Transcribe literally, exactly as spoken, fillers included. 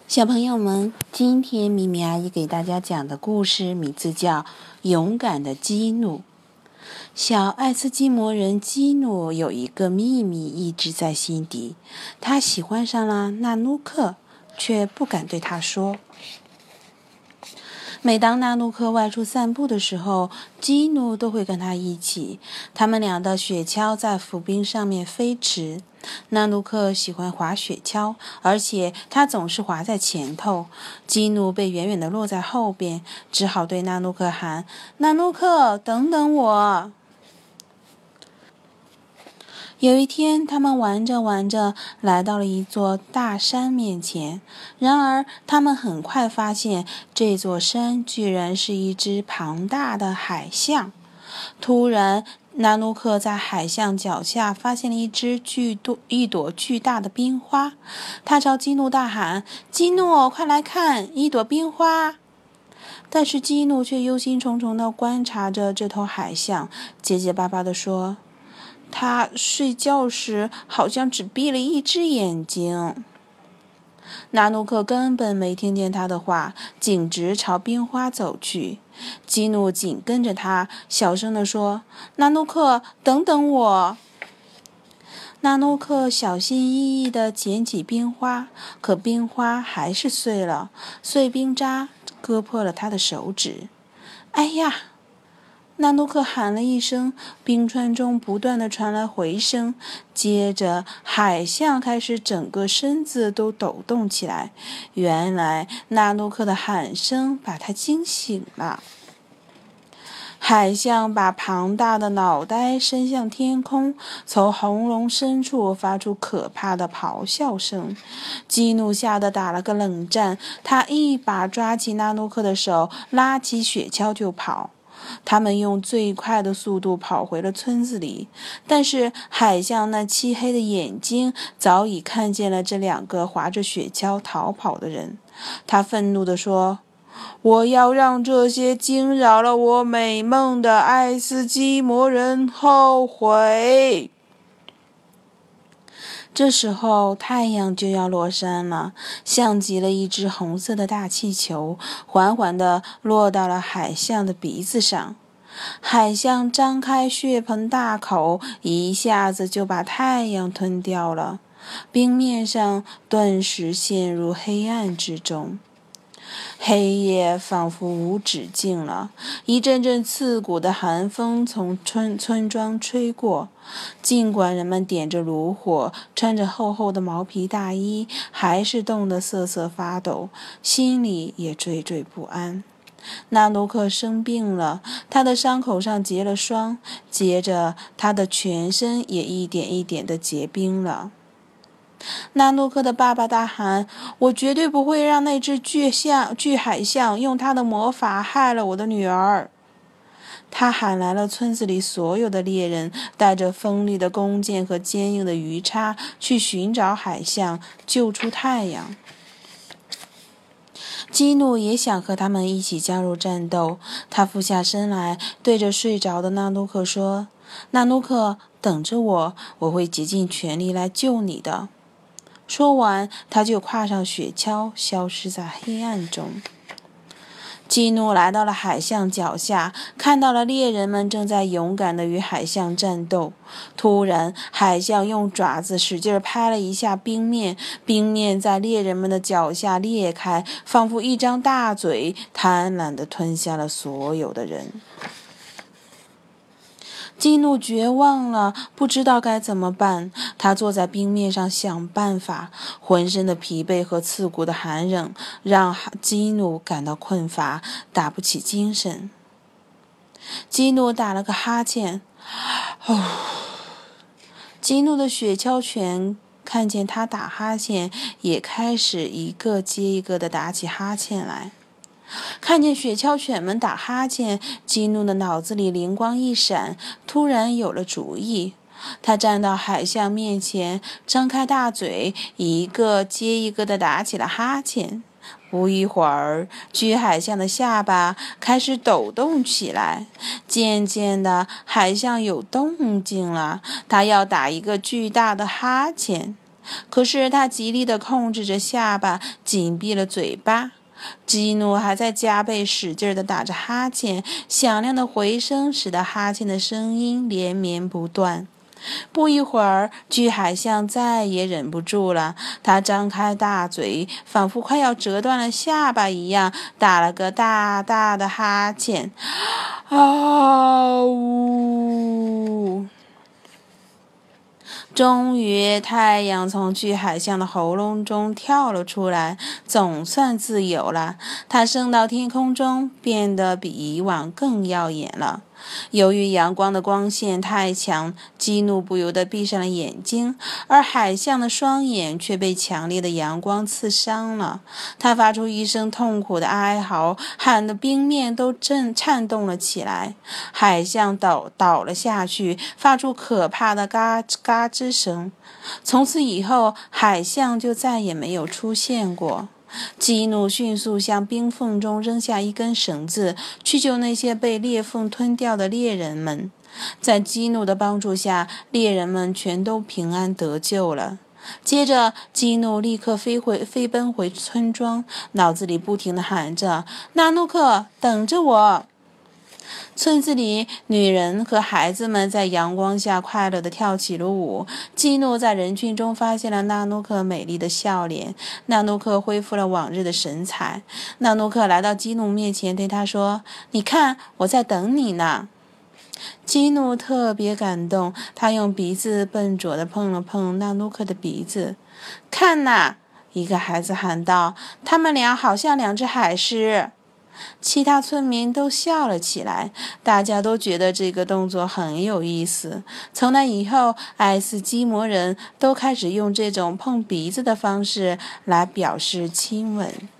小朋友们，今天咪咪阿姨给大家讲的故事名字叫《勇敢的基努》。小爱斯基摩人基努有一个秘密一直在心底，他喜欢上了纳努克，却不敢对他说。每当纳努克外出散步的时候，基努都会跟他一起。他们俩的雪橇在浮冰上面飞驰。纳努克喜欢滑雪橇，而且他总是滑在前头。基努被远远地落在后边，只好对纳努克喊：“纳努克，等等我！”有一天，他们玩着玩着，来到了一座大山面前。然而，他们很快发现，这座山居然是一只庞大的海象。突然，纳努克在海象脚下发现了一只巨多一朵巨大的冰花。他朝基努大喊：“基努，快来看，一朵冰花！”但是基努却忧心忡忡地观察着这头海象，结结巴巴地说：“他睡觉时好像只闭了一只眼睛。”纳努克根本没听见他的话，径直朝冰花走去。基努紧跟着他，小声地说：“纳努克，等等我！”纳努克小心翼翼地捡起冰花，可冰花还是碎了，碎冰渣割破了他的手指。“哎呀！”纳努克喊了一声，冰川中不断地传来回声，接着海象开始整个身子都抖动起来。原来纳努克的喊声把他惊醒了。海象把庞大的脑袋伸向天空，从喉咙深处发出可怕的咆哮声。基努吓得打了个冷战，他一把抓起纳努克的手，拉起雪橇就跑。他们用最快的速度跑回了村子里，但是海象那漆黑的眼睛早已看见了这两个划着雪橇逃跑的人。他愤怒地说：“我要让这些惊扰了我美梦的爱斯基摩人后悔！”这时候太阳就要落山了，像极了一只红色的大气球，缓缓地落到了海象的鼻子上。海象张开血盆大口，一下子就把太阳吞掉了。冰面上顿时陷入黑暗之中。黑夜仿佛无止境了，一阵阵刺骨的寒风从村村庄吹过。尽管人们点着炉火，穿着厚厚的毛皮大衣，还是冻得瑟瑟发抖，心里也惴惴不安。纳努克生病了，他的伤口上结了霜，接着他的全身也一点一点地结冰了。纳努克的爸爸大喊：“我绝对不会让那只巨象、巨海象用他的魔法害了我的女儿。”他喊来了村子里所有的猎人，带着锋利的弓箭和坚硬的鱼叉去寻找海象，救出太阳。基努也想和他们一起加入战斗，他俯下身来，对着睡着的纳努克说：“纳努克，等着我，我会竭尽全力来救你的。”说完，他就跨上雪橇，消失在黑暗中。基努来到了海象脚下，看到了猎人们正在勇敢地与海象战斗。突然，海象用爪子使劲拍了一下冰面，冰面在猎人们的脚下裂开，仿佛一张大嘴，贪婪地吞下了所有的人。基努绝望了，不知道该怎么办。他坐在冰面上想办法，浑身的疲惫和刺骨的寒冷让基努感到困乏，打不起精神。基努打了个哈欠，哦。基努的雪橇犬看见他打哈欠，也开始一个接一个地打起哈欠来。看见雪橇犬们打哈欠，基努的脑子里灵光一闪，突然有了主意。他站到海象面前，张开大嘴，一个接一个地打起了哈欠。不一会儿，巨海象的下巴开始抖动起来，渐渐的，海象有动静了，它要打一个巨大的哈欠。 可是他极力地控制着下巴，紧闭了嘴巴。基努还在加倍使劲地打着哈欠，响亮的回声使得哈欠的声音连绵不断。不一会儿，巨海象再也忍不住了，他张开大嘴，仿佛快要折断了下巴一样，打了个大大的哈欠。啊呜！终于，太阳从巨海象的喉咙中跳了出来，总算自由了。它升到天空中，变得比以往更耀眼了。由于阳光的光线太强，基努不由得闭上了眼睛，而海象的双眼却被强烈的阳光刺伤了。他发出一声痛苦的哀嚎，喊得冰面都震颤动了起来。海象倒倒了下去，发出可怕的嘎嘎吱声。从此以后，海象就再也没有出现过。基努迅速向冰缝中扔下一根绳子，去救那些被裂缝吞掉的猎人们。在基努的帮助下，猎人们全都平安得救了。接着，基努立刻飞回飞奔回村庄，脑子里不停地喊着：“纳努克，等着我！”村子里，女人和孩子们在阳光下快乐地跳起了舞。基努在人群中发现了纳努克美丽的笑脸，纳努克恢复了往日的神采。纳努克来到基努面前，对他说：“你看，我在等你呢。”基努特别感动，他用鼻子笨拙地碰了碰纳努克的鼻子。“看呐！”一个孩子喊道，“他们俩好像两只海狮。”其他村民都笑了起来，大家都觉得这个动作很有意思。从那以后，爱斯基摩人都开始用这种碰鼻子的方式来表示亲吻。